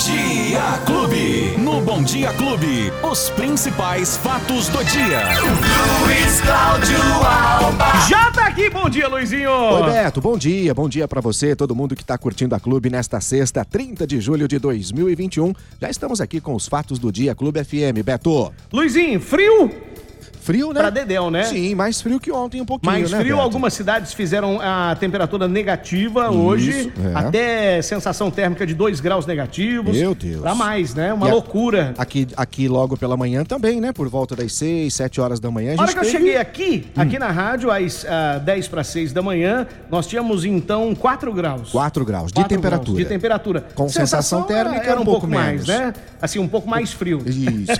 Dia Clube. No Bom Dia Clube, os principais fatos do dia. Luiz Cláudio Alba. Já tá aqui, bom dia, Luizinho. Oi, Beto, bom dia pra você, todo mundo que tá curtindo a Clube nesta sexta, 30 de julho de 2021. Já estamos aqui com os fatos do dia Clube FM, Beto. Luizinho, frio? Frio, né? Pra Dedéu, né? Sim, mais frio que ontem um pouquinho, Mais né, frio, Beto? algumas cidades fizeram a temperatura negativa hoje, é. até sensação térmica de 2 graus negativos. Meu Deus. Pra mais, né? Uma E loucura. Aqui logo pela manhã também, né? Por volta das 6, 7 horas da manhã. Na hora que eu cheguei aqui na rádio, às 10 para 6 da manhã, nós tínhamos então 4 graus. 4 graus de temperatura. De temperatura. Com sensação térmica era um pouco menos, mais, né? Assim, um pouco mais frio. Isso.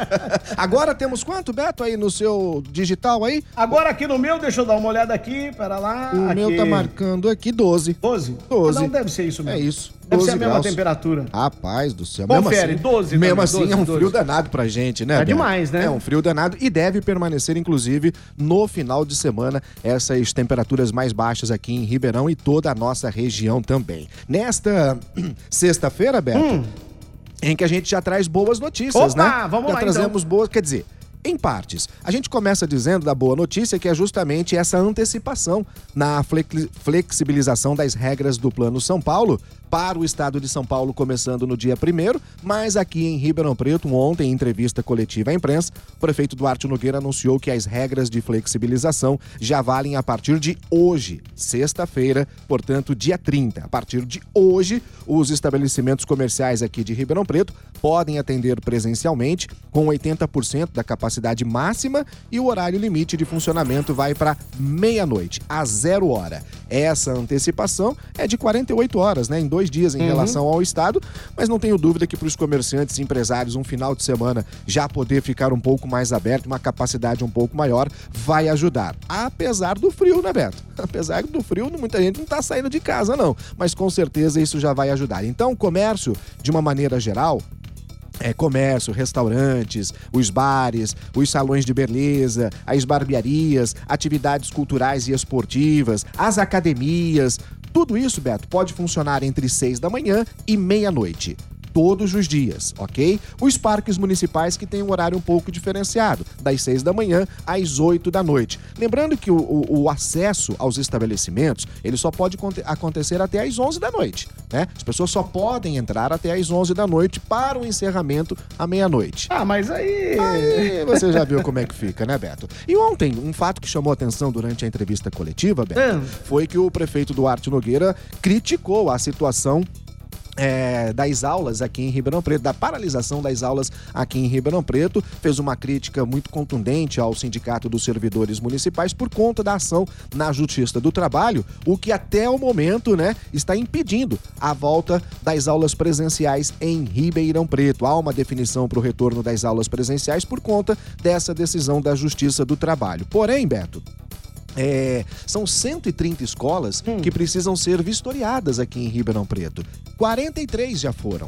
Agora temos quanto, Beto, aí no seu digital aí? Agora aqui no meu, deixa eu dar uma olhada aqui, pera lá. O aqui. meu tá marcando aqui 12. 12? 12. Não, deve ser isso mesmo. É isso. Deve ser a 12 mesma graus. temperatura. Rapaz do céu. Confere, mesmo assim, 12 mesmo também, assim 12, é um 12. frio danado pra gente, né, É Beto? demais, né? É um frio danado e deve permanecer, inclusive, no final de semana, essas temperaturas mais baixas aqui em Ribeirão e toda a nossa região também. Nesta sexta-feira, Beto, em que a gente já traz boas notícias, Opa, né? vamos já lá, trazemos então. boas, quer dizer, em partes. A gente começa dizendo da boa notícia, que é justamente essa antecipação na flexibilização das regras do Plano São Paulo para o estado de São Paulo, começando no dia 1º, mas aqui em Ribeirão Preto, ontem, em entrevista coletiva à imprensa, o prefeito Duarte Nogueira anunciou que as regras de flexibilização já valem a partir de hoje, sexta-feira, portanto, dia 30. A partir de hoje, os estabelecimentos comerciais aqui de Ribeirão Preto podem atender presencialmente com 80% da capacidade máxima e o horário limite de funcionamento vai para meia-noite, a 0 hora. Essa antecipação é de 48 horas, né? Em 2 dias em relação ao estado, mas não tenho dúvida que para os comerciantes e empresários um final de semana já poder ficar um pouco mais aberto, uma capacidade um pouco maior, vai ajudar. Apesar do frio, né, Beto? Apesar do frio, muita gente não tá saindo de casa, não. Mas com certeza isso já vai ajudar. Então, o comércio, de uma maneira geral, comércio, restaurantes, os bares, os salões de beleza, as barbearias, atividades culturais e esportivas, as academias, tudo isso, Beto, pode funcionar entre 6 da manhã e meia-noite. Todos os dias, ok? Os parques municipais que têm um horário um pouco diferenciado, das 6 da manhã às 8 da noite. Lembrando que o acesso aos estabelecimentos, ele só pode acontecer até às 11 da noite, né? As pessoas só podem entrar até às 11 da noite para o encerramento à meia-noite. Ah, mas aí Você já viu como é que fica, né, Beto? E ontem, um fato que chamou atenção durante a entrevista coletiva, Beto, foi que o prefeito Duarte Nogueira criticou a situação das aulas aqui em Ribeirão Preto, da paralisação das aulas aqui em Ribeirão Preto, fez uma crítica muito contundente ao Sindicato dos Servidores Municipais por conta da ação na Justiça do Trabalho, o que até o momento, né, está impedindo a volta das aulas presenciais em Ribeirão Preto. Há uma definição para o retorno das aulas presenciais por conta dessa decisão da Justiça do Trabalho. Porém, Beto, são 130 escolas que precisam ser vistoriadas aqui em Ribeirão Preto. 43 já foram.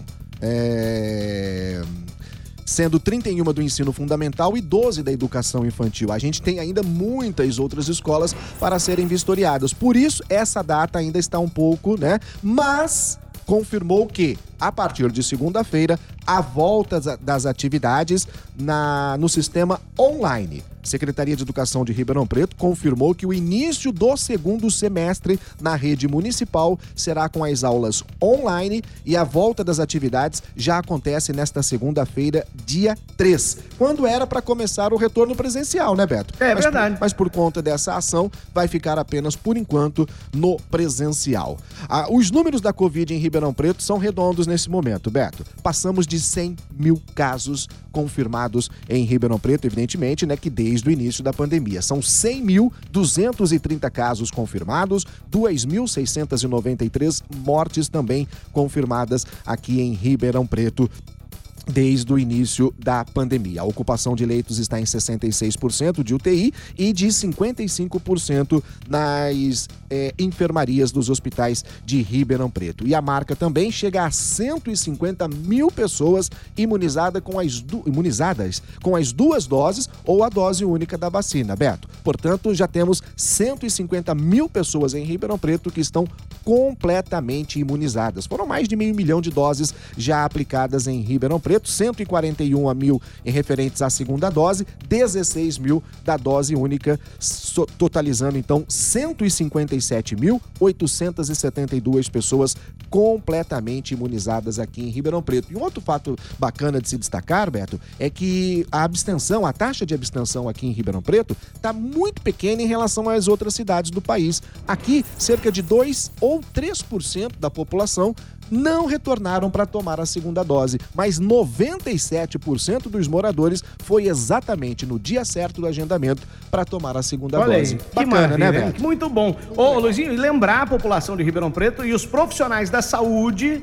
Sendo 31 do ensino fundamental e 12 da educação infantil. A gente tem ainda muitas outras escolas para serem vistoriadas. Por isso, essa data ainda está um pouco, né? Mas confirmou que, a partir de segunda-feira, a volta das atividades no sistema online. Secretaria de Educação de Ribeirão Preto confirmou que o início do segundo semestre na rede municipal será com as aulas online e a volta das atividades já acontece nesta segunda-feira, dia 3, quando era para começar o retorno presencial, né, Beto? Verdade. Mas por conta dessa ação, vai ficar apenas, por enquanto, no presencial. Os números da Covid em Ribeirão Preto são redondos nesse momento, Beto. Passamos de 100 mil casos confirmados em Ribeirão Preto, evidentemente, né, que desde o início da pandemia. São 100.230 casos confirmados, 2.693 mortes também confirmadas aqui em Ribeirão Preto. desde o início da pandemia. A ocupação de leitos está em 66% de UTI e de 55% nas enfermarias dos hospitais de Ribeirão Preto. E a marca também chega a 150 mil pessoas imunizadas com as duas doses ou a dose única da vacina, Beto. Portanto, já temos 150 mil pessoas em Ribeirão Preto que estão completamente imunizadas. Foram mais de 500 mil de doses já aplicadas em Ribeirão Preto, 141 mil em referentes à segunda dose, 16 mil da dose única, totalizando então 157.872 pessoas completamente imunizadas aqui em Ribeirão Preto. E um outro fato bacana de se destacar, Beto, é que a taxa de abstenção aqui em Ribeirão Preto está muito pequena em relação às outras cidades do país. Aqui, cerca de 2 ou 3% da população não retornaram para tomar a segunda dose, mas 97% dos moradores foi exatamente no dia certo do agendamento para tomar a segunda dose. Aí, bacana, né, Beto? Muito bom. Ô, Luizinho, e lembrar a população de Ribeirão Preto e os profissionais da saúde,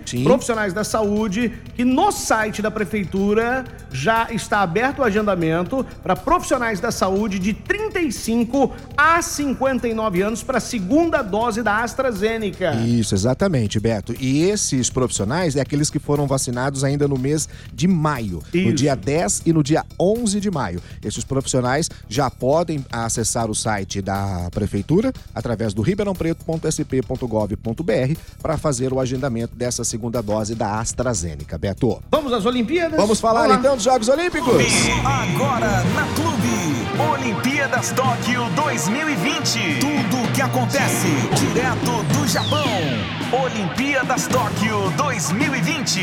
que no site da prefeitura já está aberto o agendamento para profissionais da saúde de 35 a 59 anos para a segunda dose da AstraZeneca. Isso, exatamente, Beto. E esses profissionais é aqueles que foram vacinados ainda no mês de maio, no dia 10 e no dia 11 de maio. Esses profissionais já podem acessar o site da prefeitura através do ribeirãopreto.sp.gov.br para fazer o agendamento dessa segunda dose da AstraZeneca, Beto. Vamos às Olimpíadas? Vamos falar então dos Jogos Olímpicos? Agora na Clube, Olimpíadas Tóquio 2020. Tudo o que acontece direto do Japão. Olimpíadas Tóquio 2020.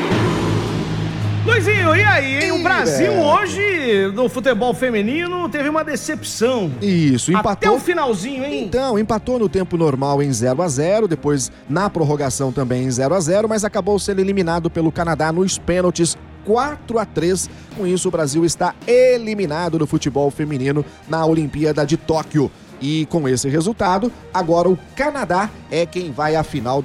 Luizinho, e aí, hein? O Brasil hoje, no futebol feminino, teve uma decepção. Isso, empatou. Até o finalzinho, hein? Então, empatou no tempo normal em 0-0, depois na prorrogação também em 0-0, mas acabou sendo eliminado pelo Canadá nos pênaltis 4-3. Com isso, o Brasil está eliminado do futebol feminino na Olimpíada de Tóquio. E com esse resultado, agora o Canadá é quem vai à final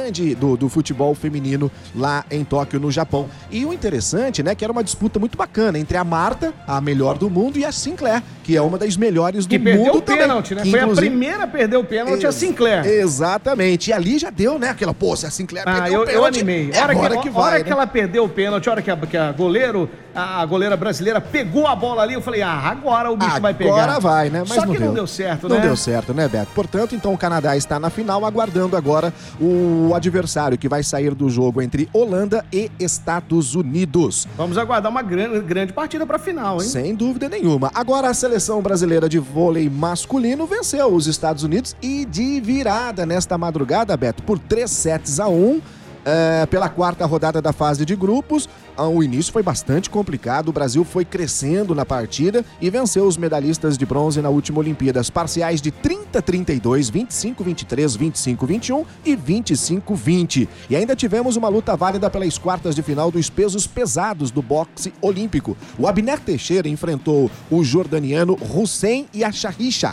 do futebol feminino lá em Tóquio, no Japão. E o interessante, né, que era uma disputa muito bacana entre a Marta, a melhor do mundo, e a Sinclair, que é uma das melhores do mundo também. Que perdeu o pênalti, né? Foi a primeira a perder o pênalti, a Sinclair. Exatamente. E ali já deu, né, aquela, se a Sinclair perdeu o pênalti... Eu animei. A hora que ela perdeu o pênalti, a hora que a goleira brasileira pegou a bola ali, eu falei, agora o bicho vai pegar. Agora vai, né? Mas só que não deu certo. Não deu certo, né, Beto? Portanto, então o Canadá está na final, aguardando agora o adversário que vai sair do jogo entre Holanda e Estados Unidos. Vamos aguardar uma grande partida para a final, hein? Sem dúvida nenhuma. Agora a seleção brasileira de vôlei masculino venceu os Estados Unidos e de virada nesta madrugada, Beto, por 3-1. Pela quarta rodada da fase de grupos. O início foi bastante complicado, o Brasil foi crescendo na partida e venceu os medalhistas de bronze na última Olimpíadas, parciais de 30-32, 25-23, 25-21 e 25-20. E ainda tivemos uma luta válida pelas quartas de final dos pesos pesados do boxe olímpico. O Abner Teixeira enfrentou o jordaniano Hussein Yashahisha.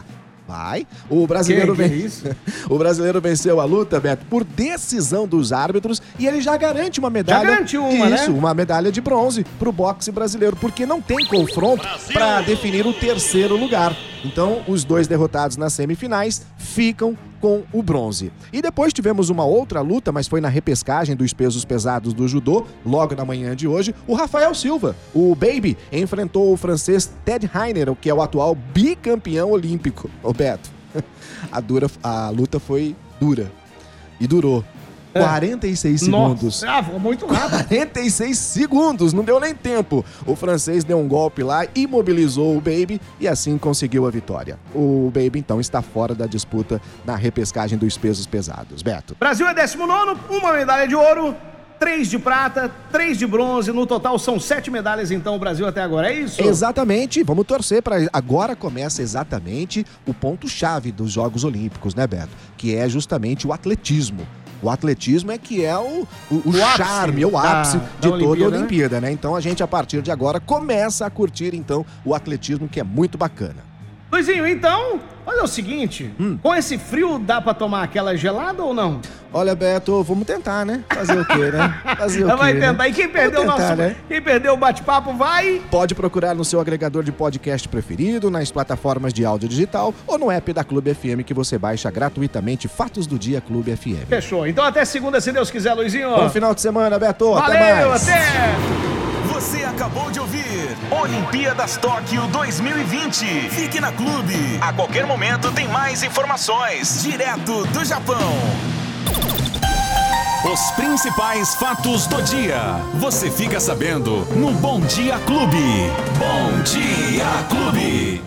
O brasileiro venceu a luta, Beto, por decisão dos árbitros e ele já garante uma medalha. Já garantiu uma, né? Uma medalha de bronze pro boxe brasileiro, porque não tem confronto para definir o terceiro lugar. Então, os dois derrotados nas semifinais ficam com o bronze. E depois tivemos uma outra luta, mas foi na repescagem dos pesos pesados do judô, logo na manhã de hoje. O Rafael Silva, o Baby, enfrentou o francês Ted Heiner, que é o atual bicampeão olímpico. Ô Beto, a luta foi dura e durou 46 segundos. Nossa, foi muito rápido. 46 segundos, não deu nem tempo. O francês deu um golpe lá, imobilizou o Baby e assim conseguiu a vitória. O Baby, então, está fora da disputa na repescagem dos pesos pesados. Beto. Brasil é 19º, uma medalha de ouro, 3 de prata, 3 de bronze. No total são 7 medalhas, então, o Brasil até agora. É isso? Exatamente. Vamos torcer para... Agora começa exatamente o ponto-chave dos Jogos Olímpicos, né, Beto? Que é justamente o atletismo. O atletismo é que é o charme, o ápice de toda a Olimpíada, né? Então a gente, a partir de agora, começa a curtir, então, o atletismo, que é muito bacana. Luizinho, então, olha o seguinte, com esse frio dá pra tomar aquela gelada ou não? Olha, Beto, vamos tentar, né? Fazer o quê, né? Fazer o quê, vai tentar. Né? E quem perdeu quem perdeu o bate-papo vai... Pode procurar no seu agregador de podcast preferido, nas plataformas de áudio digital ou no app da Clube FM que você baixa gratuitamente. Fatos do Dia Clube FM. Fechou. Então até segunda, se Deus quiser, Luizinho. Bom final de semana, Beto. Valeu, até mais. Até! Você acabou de ouvir Olimpíadas Tóquio 2020. Fique na Clube. A qualquer momento tem mais informações. Direto do Japão. Os principais fatos do dia. Você fica sabendo no Bom Dia Clube. Bom